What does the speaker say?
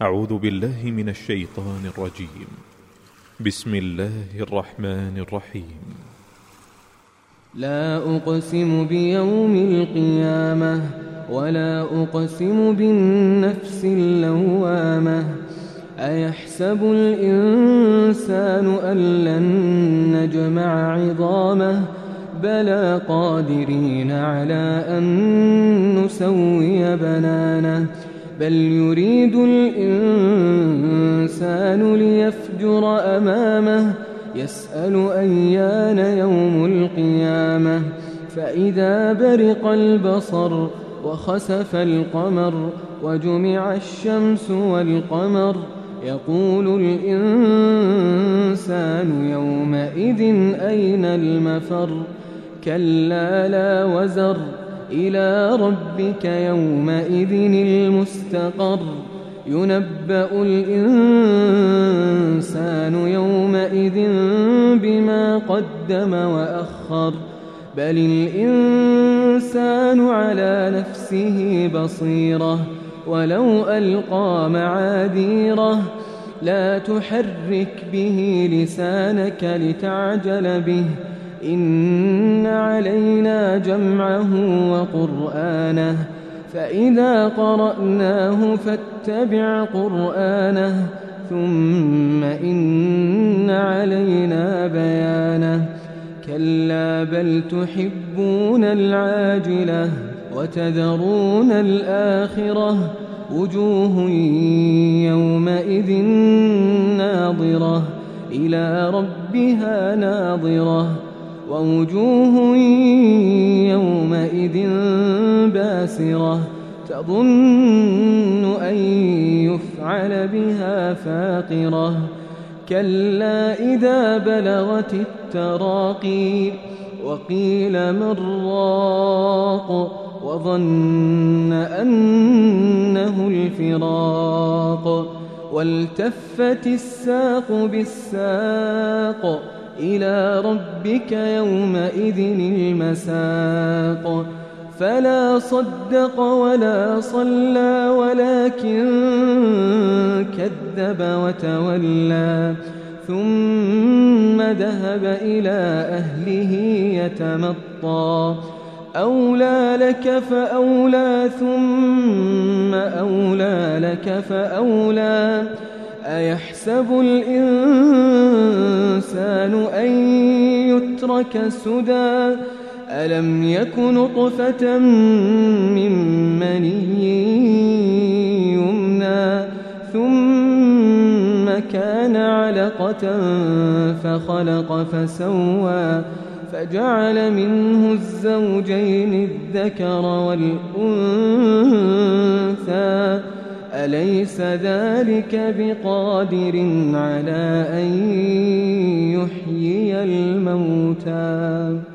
أعوذ بالله من الشيطان الرجيم. بسم الله الرحمن الرحيم. لا أقسم بيوم القيامة ولا أقسم بالنفس اللوامة. أيحسب الإنسان أن لن نجمع عظامه بلى قادرين على أن نسوي بنانه بل يريد الإنسان ليفجر أمامه يسأل أيان يوم القيامة فإذا برق البصر وخسف القمر وجمع الشمس والقمر يقول الإنسان يومئذ أين المفر كلا لا وزر إلى ربك يومئذ المستقر ينبأ الإنسان يومئذ بما قدم وأخر بل الإنسان على نفسه بصيرة ولو ألقى معاذيره لا تحرك به لسانك لتعجل به إن علينا جمعه وقرآنه فإذا قرأناه فاتبع قرآنه ثم إن علينا بيانه كلا بل تحبون العاجلة وتذرون الآخرة وجوه يومئذ ناظرة إلى ربها ناظرة ووجوه يومئذ باسرة تظن أن يفعل بها فاقرة كلا إذا بلغت التراقي وقيل من راق وظن أنه الفراق والتفت الساق بالساق إلى ربك يومئذ المساق فلا صدق ولا صلى ولكن كذب وتولى ثم ذهب إلى أهله يتمطى أولى لك فأولى ثم أولى لك فأولى أيحسب الإنسان أن يترك سدى ألم يك نطفة من مني يمنى ثم كان علقة فخلق فسوى فجعل منه الزوجين الذكر والأنثى أليس ذلك بقادر على أن يحيي الموتى